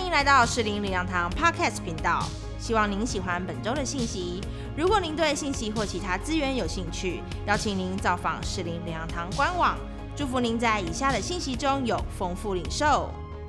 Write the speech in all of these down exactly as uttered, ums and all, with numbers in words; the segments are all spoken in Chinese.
迎来到士林灵粮堂 Podcast 频道，希望您喜欢本周的信息。如果您对信息或其他资源有兴趣，邀请您造访士林灵粮堂官网。祝福您在以下的信息中有丰富领受。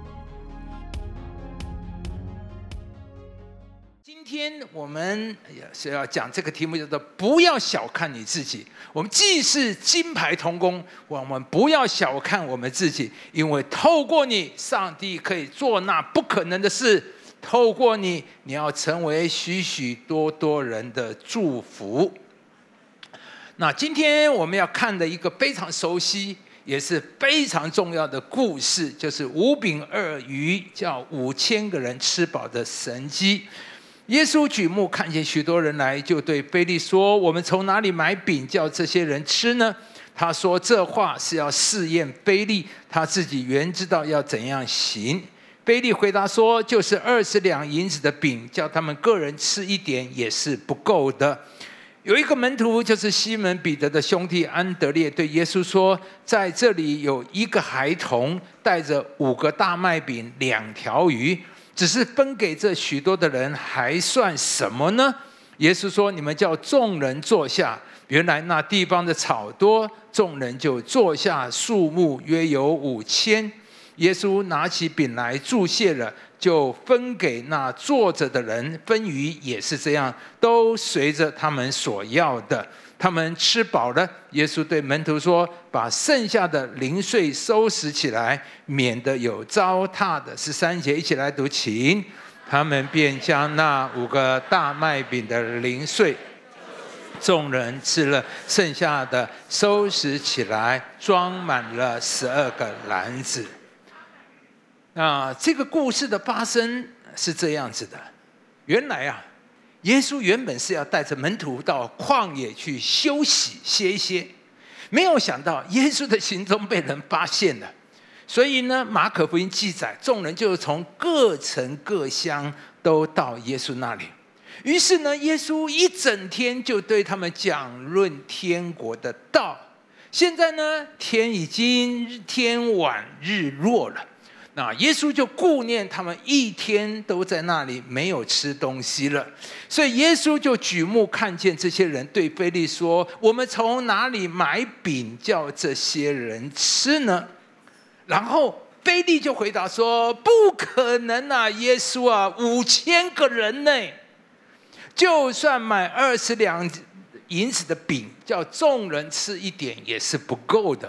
今天我们是要讲这个题目，叫做不要小看你自己。我们既是金牌同工，我们不要小看我们自己，因为透过你，上帝可以做那不可能的事。透过你，你要成为许许多多人的祝福。那今天我们要看的一个非常熟悉也是非常重要的故事，就是五饼二鱼叫五千个人吃饱的神迹。耶稣举目看见许多人来，就对腓力说：我们从哪里买饼叫这些人吃呢？他说这话是要试验腓力，他自己原知道要怎样行。腓力回答说：就是二十两银子的饼，叫他们个人吃一点也是不够的。有一个门徒，就是西门彼得的兄弟安德烈，对耶稣说：在这里有一个孩童带着五个大麦饼两条鱼，只是分给这许多的人，还算什么呢？耶稣说：你们叫众人坐下。原来那地方的草多，众人就坐下，数目约有五千。耶稣拿起饼来祝谢了，就分给那坐着的人，分鱼也是这样，都随着他们所要的。他们吃饱了，耶稣对门徒说：把剩下的零碎收拾起来，免得有糟蹋的。十三节一起来读，请。他们便将那五个大麦饼的零碎，众人吃了剩下的，收拾起来，装满了十二个篮子。那这个故事的发生是这样子的，原来啊，耶稣原本是要带着门徒到旷野去休息歇一歇，没有想到耶稣的行踪被人发现了，所以呢，马可福音记载，众人就从各城各乡都到耶稣那里。于是呢，耶稣一整天就对他们讲论天国的道。现在呢，天已经天晚日落了。那耶稣就顾念他们一天都在那里没有吃东西了，所以耶稣就举目看见这些人，对腓力说：我们从哪里买饼叫这些人吃呢？然后腓力就回答说：不可能啊，耶稣啊，五千个人呢，就算买二十两银子的饼叫众人吃一点也是不够的。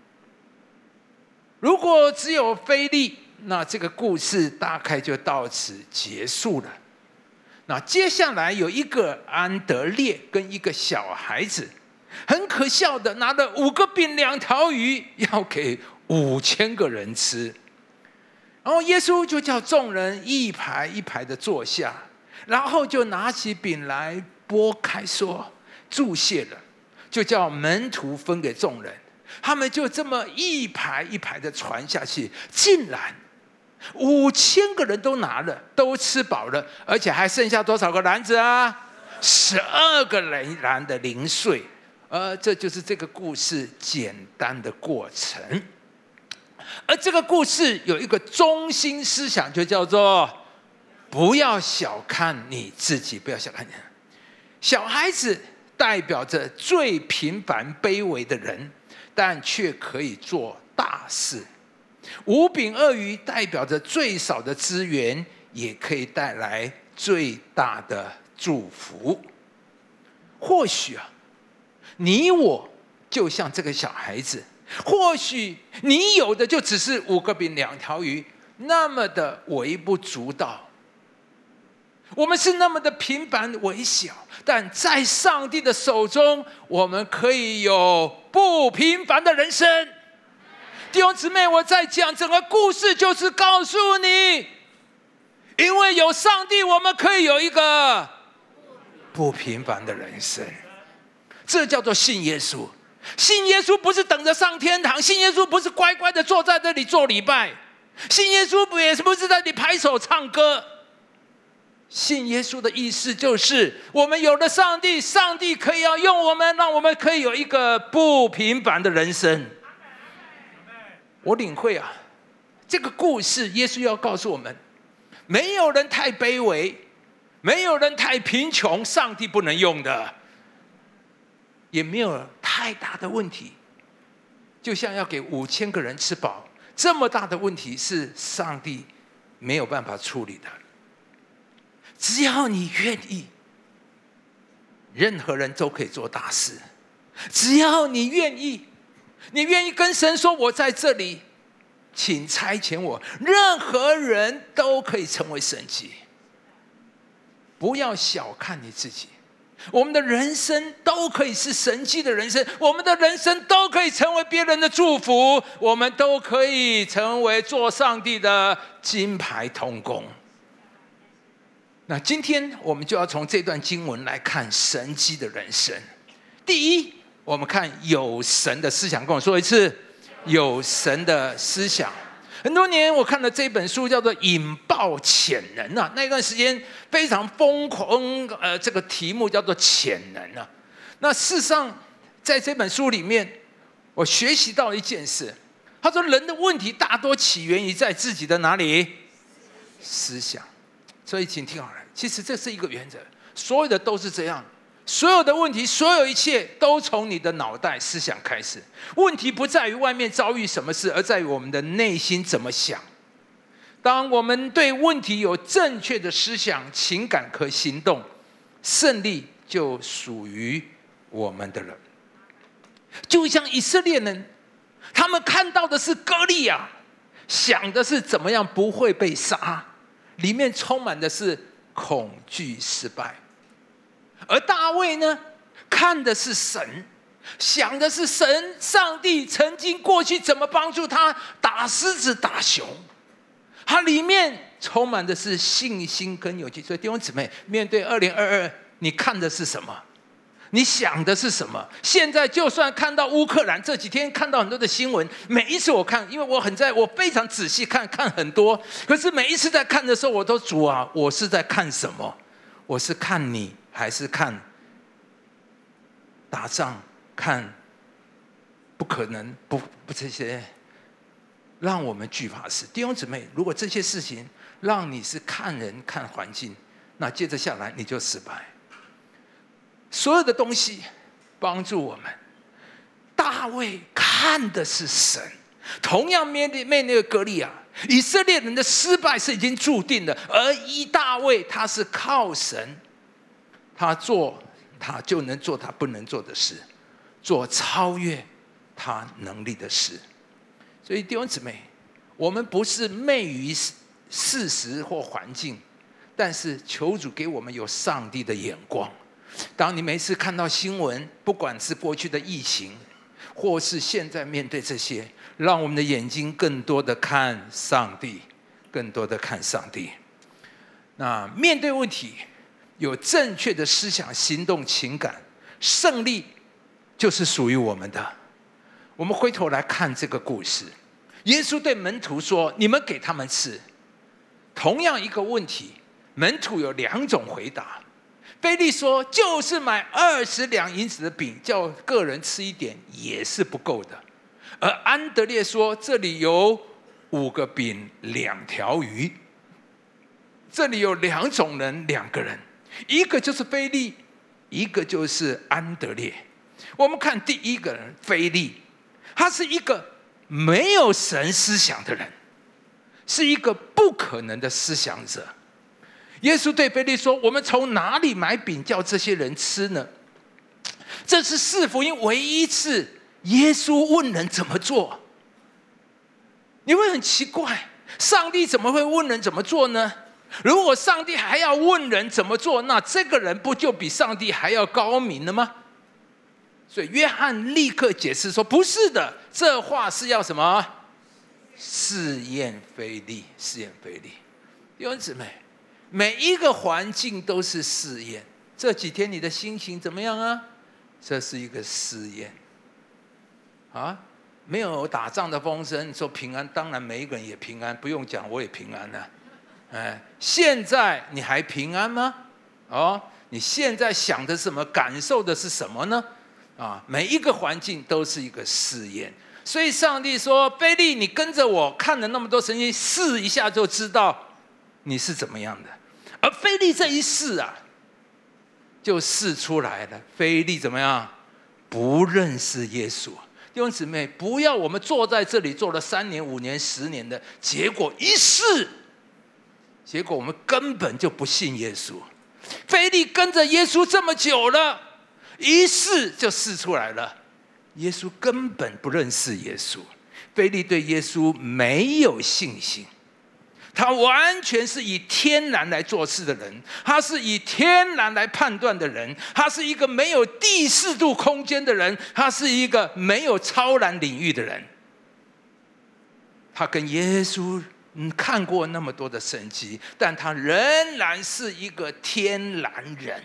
如果只有腓力，那这个故事大概就到此结束了。那接下来有一个安德烈跟一个小孩子，很可笑的拿了五个饼两条鱼，要给五千个人吃。然后耶稣就叫众人一排一排的坐下，然后就拿起饼来拨开说祝谢了，就叫门徒分给众人。他们就这么一排一排的传下去，竟然五千个人都拿了，都吃饱了，而且还剩下多少个篮子啊？十二个篮的零碎。而这就是这个故事简单的过程。而这个故事有一个中心思想，就叫做不要小看你自己，不要小看你。小孩子代表着最平凡卑微的人，但却可以做大事。五饼二鱼代表着最少的资源，也可以带来最大的祝福。或许啊，你我就像这个小孩子，或许你有的就只是五个饼两条鱼，那么的微不足道。我们是那么的平凡微小，但在上帝的手中，我们可以有不平凡的人生。弟兄姊妹，我在讲整个故事，就是告诉你，因为有上帝，我们可以有一个不平凡的人生。这叫做信耶稣。信耶稣不是等着上天堂，信耶稣不是乖乖的坐在这里做礼拜，信耶稣也不是在这里拍手唱歌。信耶稣的意思就是，我们有了上帝，上帝可以要用我们，让我们可以有一个不平凡的人生。我领会啊，这个故事耶稣要告诉我们， 没有人太卑微，没有人太贫穷，上帝不能用的，也没有太大的问题。就像要给五千个人吃饱，这么大的问题是上帝没有办法处理的。只要你愿意，任何人都可以做大事。只要你愿意，你愿意跟神说：“我在这里，请差遣我。”任何人都可以成为神迹。不要小看你自己，我们的人生都可以是神迹的人生，我们的人生都可以成为别人的祝福，我们都可以成为做上帝的金牌同工。那今天我们就要从这段经文来看神迹的人生。第一，我们看有神的思想，跟我说一次，有神的思想。很多年我看了这本书叫做《引爆潜能》啊，那段时间非常疯狂，呃，这个题目叫做潜能啊。那事实上，在这本书里面，我学习到一件事，他说人的问题大多起源于在自己的哪里？思想。所以请听好了，其实这是一个原则，所有的都是这样。所有的问题，所有一切都从你的脑袋思想开始。问题不在于外面遭遇什么事，而在于我们的内心怎么想。当我们对问题有正确的思想、情感和行动，胜利就属于我们的了。就像以色列人，他们看到的是歌利亚，想的是怎么样不会被杀，里面充满的是恐惧失败。而大卫呢，看的是神，想的是神上帝曾经过去怎么帮助他打狮子打熊，他里面充满的是信心跟勇气。所以弟兄姊妹，面对二零二二，你看的是什么？你想的是什么？现在就算看到乌克兰，这几天看到很多的新闻，每一次我看，因为我很在我非常仔细看，看很多，可是每一次在看的时候，我都主啊，我是在看什么？我是看你，还是看打仗？看不可能不不这些让我们惧怕的事。弟兄姊妹，如果这些事情让你是看人看环境，那接着下来你就失败。所有的东西帮助我们。大卫看的是神，同样面对面对歌利亚，以色列人的失败是已经注定的，而以大卫他是靠神，他做他就能做他不能做的事，做超越他能力的事。所以弟兄姊妹，我们不是昧于事实或环境，但是求主给我们有上帝的眼光。当你每次看到新闻，不管是过去的疫情，或是现在面对这些，让我们的眼睛更多的看上帝，更多的看上帝。那面对问题，有正确的思想、行动、情感，胜利就是属于我们的。我们回头来看这个故事，耶稣对门徒说：“你们给他们吃。”同样一个问题，门徒有两种回答。腓力说：“就是买二十两银子的饼，叫个人吃一点，也是不够的。”而安德烈说：“这里有五个饼，两条鱼。”这里有两种人，两个人，一个就是腓力，一个就是安德烈。我们看第一个人腓力，他是一个没有神思想的人，是一个不可能的思想者。耶稣对腓力说：“我们从哪里买饼叫这些人吃呢？”这是四福音唯一一次耶稣问人怎么做。你会很奇怪，上帝怎么会问人怎么做呢？如果上帝还要问人怎么做，那这个人不就比上帝还要高明了吗？所以约翰立刻解释说：“不是的，这话是要什么？试验腓力，试验腓力。”弟兄姊妹，每一个环境都是试验。这几天你的心情怎么样啊？这是一个试验啊！没有打仗的风声，说平安，当然每一个人也平安，不用讲，我也平安了。哎，现在你还平安吗？哦，你现在想的是什么？感受的是什么呢？啊，每一个环境都是一个试验。所以上帝说：“腓力，你跟着我看了那么多神迹，试一下就知道你是怎么样的？而腓利这一试啊，就试出来了。腓利怎么样？不认识耶稣。弟兄姊妹，不要我们坐在这里做了三年、五年、十年的，结果一试，结果我们根本就不信耶稣。腓利跟着耶稣这么久了，一试就试出来了，耶稣根本不认识耶稣。腓利对耶稣没有信心，他完全是以天然来做事的人，他是以天然来判断的人，他是一个没有第四度空间的人，他是一个没有超然领域的人。他跟耶稣看过那么多的神迹，但他仍然是一个天然人。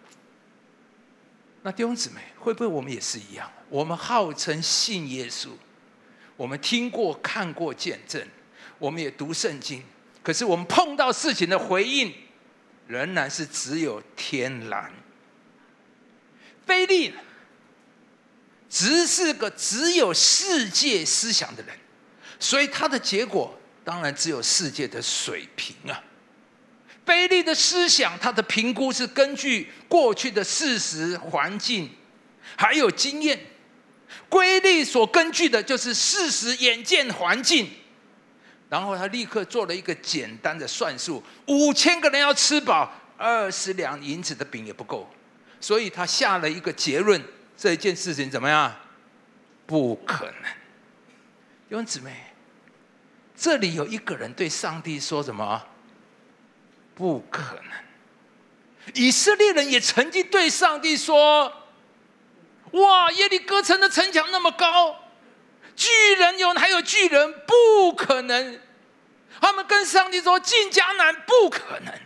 那弟兄姊妹，会不会我们也是一样？我们号称信耶稣，我们听过、看过见证，我们也读圣经，可是我们碰到事情的回应，仍然是只有天然。腓利只是个只有世界思想的人，所以他的结果当然只有世界的水平啊。腓利的思想，他的评估是根据过去的事实、环境，还有经验。圭利所根据的就是事实、眼见、环境，然后他立刻做了一个简单的算术：五千个人要吃饱，二十两银子的饼也不够，所以他下了一个结论：这件事情怎么样？不可能。弟兄姊妹，这里有一个人对上帝说什么？不可能。以色列人也曾经对上帝说：哇，耶利哥城的城墙那么高，巨人有还有巨人，不可能。他们跟上帝说进迦南不可能，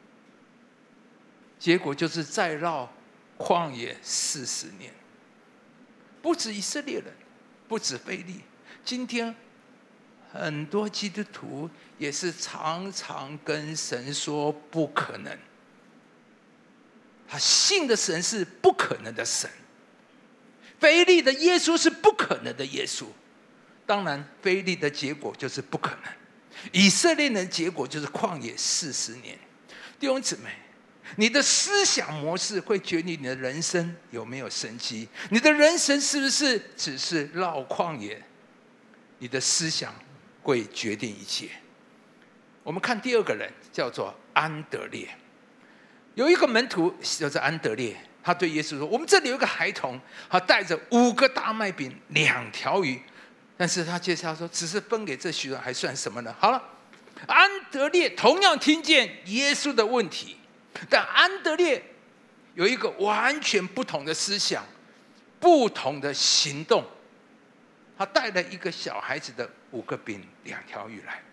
结果就是再绕旷野四十年。不止以色列人，不止腓利，今天很多基督徒也是常常跟神说不可能。他信的神是不可能的神。腓利的耶稣是不可能的耶稣，当然腓利的结果就是不可能，以色列人的结果就是旷野四十年。弟兄姊妹，你的思想模式会决定你的人生有没有生机，你的人生是不是只是绕旷野，你的思想会决定一切。我们看第二个人，叫做安德烈。有一个门徒叫做安德烈，他对耶稣说：我们这里有一个孩童，他带着五个大麦饼两条鱼，但是他接下来说只是分给这许人还算什么呢？好了，安德烈同样听见耶稣的问题，但安德烈有一个完全不同的思想，不同的行动。他带了一个小孩子的五个饼两条鱼来。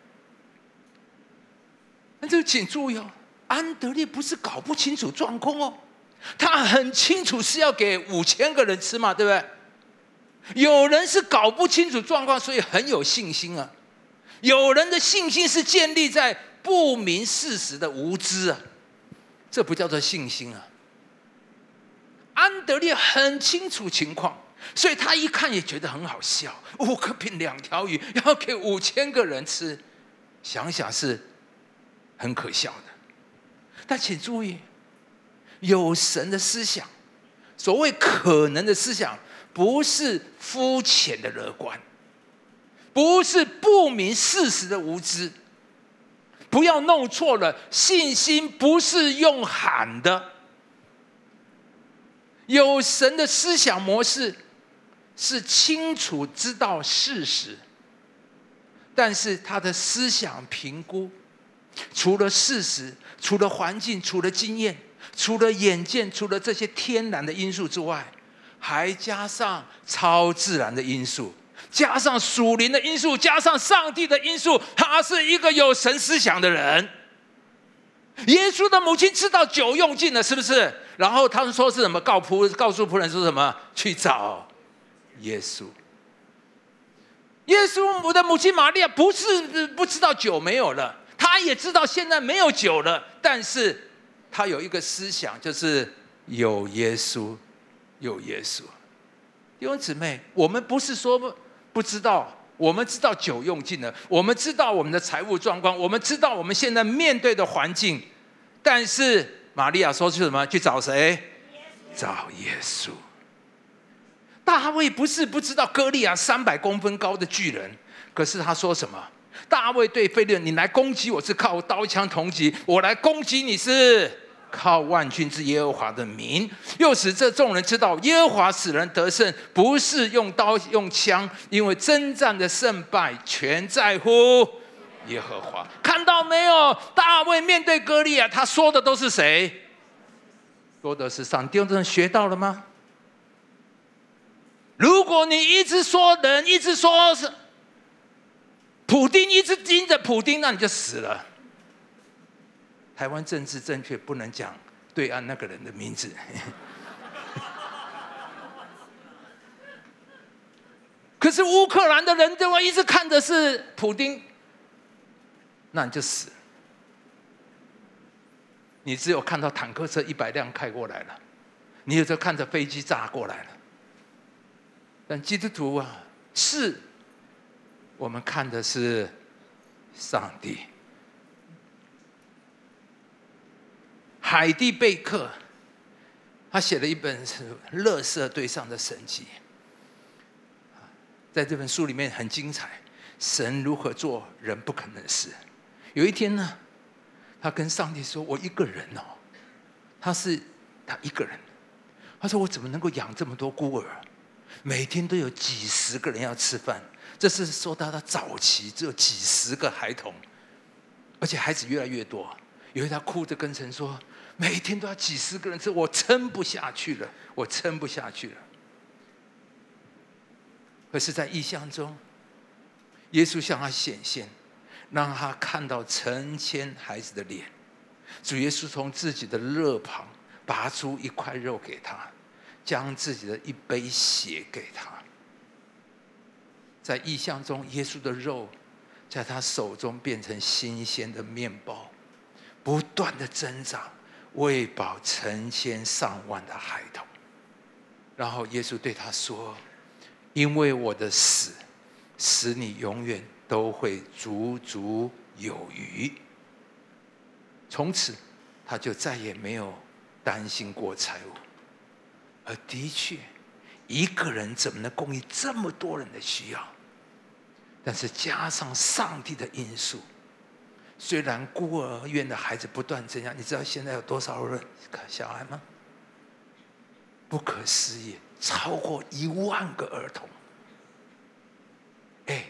但这个请注意哦，安德烈不是搞不清楚状况哦，他很清楚是要给五千个人吃嘛，对不对？有人是搞不清楚状况，所以很有信心啊。有人的信心是建立在不明事实的无知啊，这不叫做信心啊。安德烈很清楚情况，所以他一看也觉得很好笑，五个饼两条鱼要给五千个人吃，想想是很可笑的。但请注意，有神的思想，所谓可能的思想，不是肤浅的乐观，不是不明事实的无知。不要弄错了，信心不是用喊的。有神的思想模式是清楚知道事实，但是他的思想评估，除了事实，除了环境，除了经验，除了眼见，除了这些天然的因素之外，还加上超自然的因素，加上属灵的因素，加上上帝的因素。他是一个有神思想的人。耶稣的母亲知道酒用尽了，是不是？然后他们说是什么？告仆告诉仆人说什么？去找耶稣。耶稣的母亲玛利亚不是不知道酒没有了，她也知道现在没有酒了，但是她有一个思想，就是有耶稣，有耶稣。弟兄姊妹，我们不是说不知道我们知道酒用尽了，我们知道我们的财务状况，我们知道我们现在面对的环境，但是玛利亚说去什么？去找谁？找耶稣。大卫不是不知道歌利亚三百公分高的巨人，可是他说什么？大卫对非利士人：你来攻击我是靠刀枪铜戟，我来攻击你是靠万军之耶和华的名。又使这众人知道，耶和华使人得胜，不是用刀用枪，因为征战的胜败全在乎耶和华。看到没有？大卫面对歌利亚，他说的都是谁？说的是上帝。弟兄们学到了吗？如果你一直说人，一直说是普丁，一直盯着普丁，那你就死了。台湾政治正确，不能讲对岸那个人的名字。可是乌克兰的人对我一直看的是普丁，那你就死。你只有看到坦克车一百辆开过来了，你有时候看着飞机炸过来了。但基督徒啊，是我们看的是上帝。海蒂贝克他写了一本是《垃圾堆上的神迹》，在这本书里面很精彩，神如何做人不可能的事。有一天呢，他跟上帝说：“我一个人哦，他是他一个人。他说我怎么能够养这么多孤儿？每天都有几十个人要吃饭。这是说到他早期只有几十个孩童，而且孩子越来越多。有一天他哭着跟神说：每天都要几十个人吃，我撑不下去了，我撑不下去了。可是，在异象中，耶稣向他显现，让他看到成千孩子的脸。主耶稣从自己的肋旁拔出一块肉给他，将自己的一杯血给他。在异象中，耶稣的肉在他手中变成新鲜的面包，不断的增长，喂饱成千上万的孩童。然后耶稣对他说：因为我的死，使你永远都会足足有余。从此他就再也没有担心过财物。而的确，一个人怎么能供应这么多人的需要？但是加上上帝的因素，虽然孤儿院的孩子不断增加，你知道现在有多少人小孩吗？不可思议，超过一万个儿童。哎，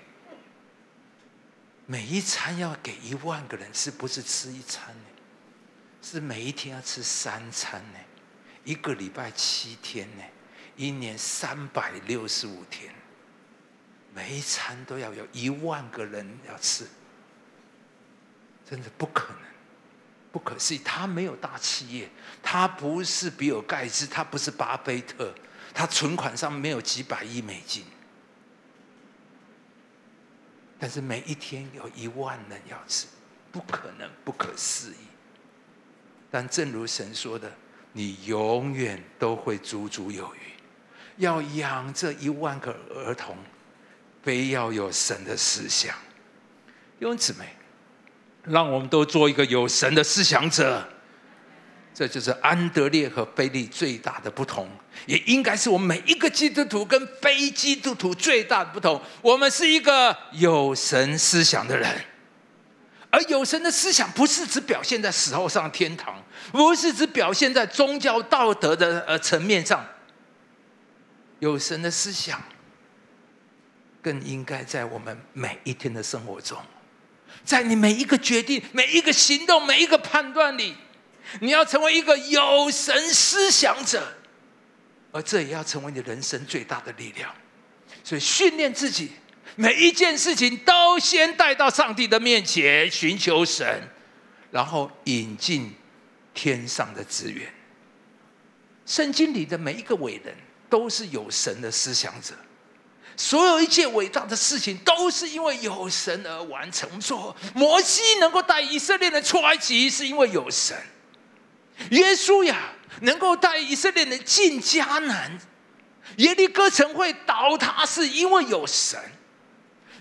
每一餐要给一万个人，是不是吃一餐呢？是每一天要吃三餐呢，一个礼拜七天呢，一年三百六十五天，每一餐都要有一万个人要吃。真的不可能，不可思议。他没有大企业，他不是比尔盖茨，他不是巴菲特，他存款上没有几百亿美金，但是每一天有一万人要吃，不可能，不可思议。但正如神说的，你永远都会足足有余。要养这一万个儿童，非要有神的思想。弟兄姊妹，让我们都做一个有神的思想者。这就是安德烈和腓力最大的不同，也应该是我们每一个基督徒跟非基督徒最大的不同。我们是一个有神思想的人，而有神的思想不是只表现在死后上天堂，不是只表现在宗教道德的呃层面上。有神的思想更应该在我们每一天的生活中，在你每一个决定、每一个行动、每一个判断里，你要成为一个有神思想者，而这也要成为你人生最大的力量。所以训练自己，每一件事情都先带到上帝的面前，寻求神，然后引进天上的资源。圣经里的每一个伟人都是有神的思想者，所有一切伟大的事情都是因为有神而完成。我们说摩西能够带以色列人出埃及，是因为有神；耶稣呀能够带以色列人进迦南，耶利哥城会倒塌，是因为有神；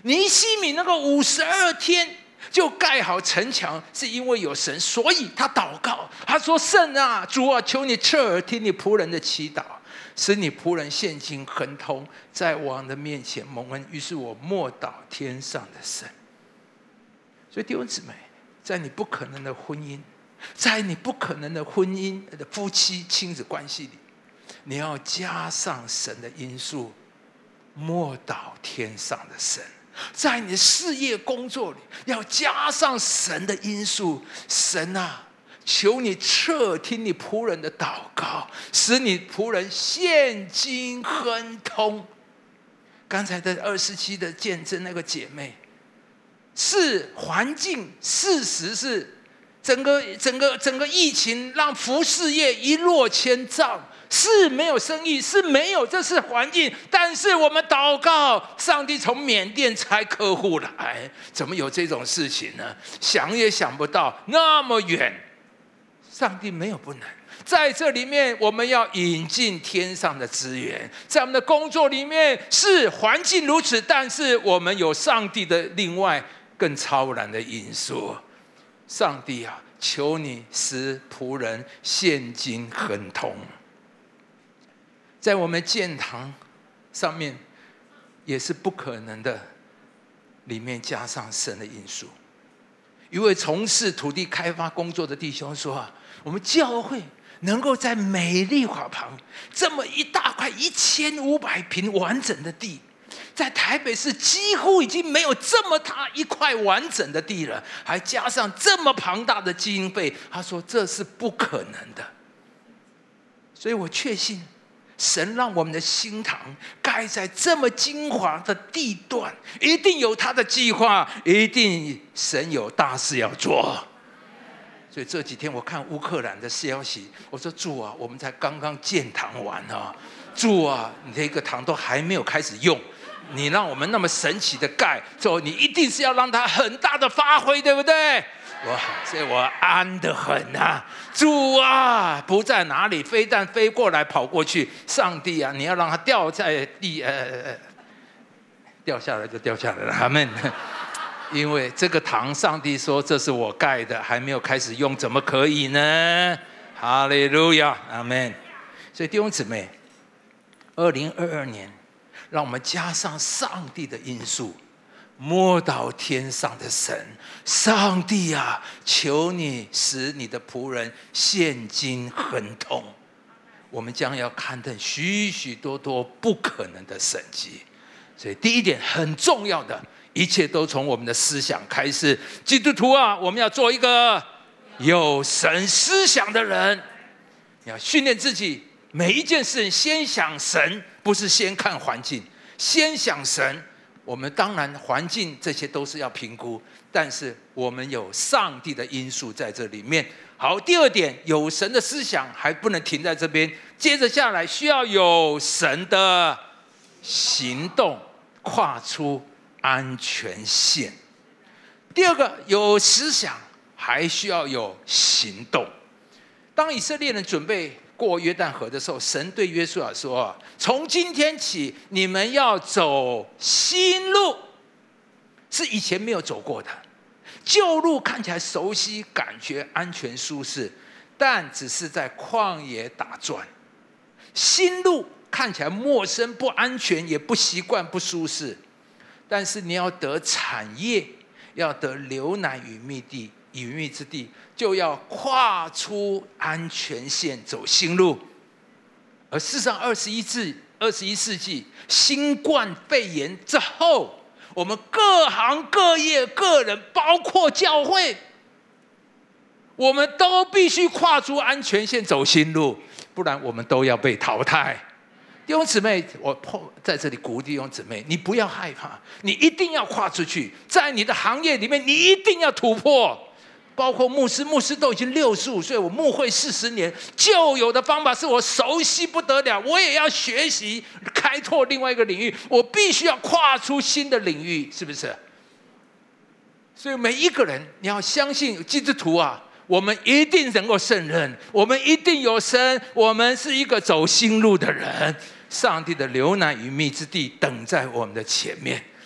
尼希米那个五十二天就盖好城墙，是因为有神，所以他祷告，他说：圣啊，主啊，求你侧耳听你仆人的祈祷，使你仆人现今亨通，在王的面前蒙恩。于是我默祷天上的神。所以弟兄姊妹，在你不可能的婚姻，在你不可能的婚姻的夫妻亲子关系里，你要加上神的因素，默祷天上的神。在你的事业工作里，要加上神的因素。神啊，求你侧听你仆人的祷告，使你仆人现今亨通。刚才的二十七的见证，那个姐妹是环境，事实是整个整个整个疫情让服事业一落千丈，是没有生意，是没有，这是环境。但是我们祷告，上帝从缅甸差客户来，怎么有这种事情呢？想也想不到，那么远，上帝没有不能。在这里面，我们要引进天上的资源。在我们的工作里面，是环境如此，但是我们有上帝的另外更超然的因素。上帝啊，求你使仆人现今亨通。在我们建堂上面也是不可能的，里面加上神的因素。一位从事土地开发工作的弟兄说啊，我们教会能够在美丽华旁这么一大块一千五百平完整的地，在台北市几乎已经没有这么大一块完整的地了，还加上这么庞大的经费，他说这是不可能的。所以我确信神让我们的新堂盖在这么精华的地段，一定有他的计划，一定神有大事要做。所以这几天我看乌克兰的消息，我说主啊，我们才刚刚建堂完啊，主啊，你这个堂都还没有开始用，你让我们那么神奇的盖，所以你一定是要让它很大的发挥，对不对？哇，所以我安得很啊！主啊，不在哪里，飞弹飞过来跑过去，上帝啊，你要让它掉在地，呃呃，掉下来就掉下来了，阿们。因为这个堂，上帝说这是我盖的，还没有开始用，怎么可以呢？哈利路亚，阿们。所以弟兄姊妹，二零二二年，让我们加上上帝的因素，摸到天上的神。上帝啊，求你使你的仆人现今亨通。我们将要看见许许多多不可能的神迹。所以第一点很重要的，一切都从我们的思想开始。基督徒啊，我们要做一个有神思想的人。你要训练自己，每一件事先想神，不是先看环境，先想神。我们当然环境这些都是要评估，但是我们有上帝的因素在这里面。好，第二点，有神的思想还不能停在这边，接着下来需要有神的行动，跨出安全线。第二个，有思想还需要有行动。当以色列人准备过约旦河的时候，神对约书亚说，从今天起你们要走新路，是以前没有走过的。旧路看起来熟悉，感觉安全舒适，但只是在旷野打转。新路看起来陌生，不安全，也不习惯，不舒适。但是你要得产业，要得流奶与蜜地与蜜之地，就要跨出安全线，走新路。而事实上，二十一世二十一世纪新冠肺炎之后，我们各行各业、个人，包括教会，我们都必须跨出安全线，走新路，不然我们都要被淘汰。弟兄姊妹，我在这里鼓励弟兄姊妹，你不要害怕，你一定要跨出去，在你的行业里面，你一定要突破。包括牧师，牧师都已经六十五岁，我牧会四十年，旧有的方法是我熟悉不得了，我也要学习开拓另外一个领域，我必须要跨出新的领域，是不是？所以每一个人，你要相信基督徒啊，我们一定能够胜任，我们一定有神，我们是一个走新路的人。上帝的流奶与蜜之地等在我们的前面。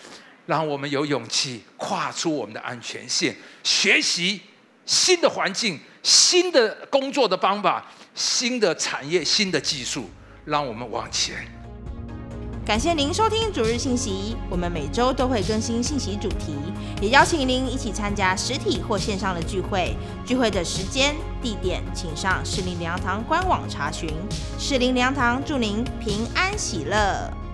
让我们有勇气跨出我们的安全线，学习新的环境、新的工作的方法、新的产业、新的技术，让我们往前。 感谢您收听主日信息，我们每周都会更新信息主题，也邀请您一起参加实体或线上的聚会。聚会的时间、地点，请上士林灵粮堂官网查询。士林灵粮堂祝您平安喜乐。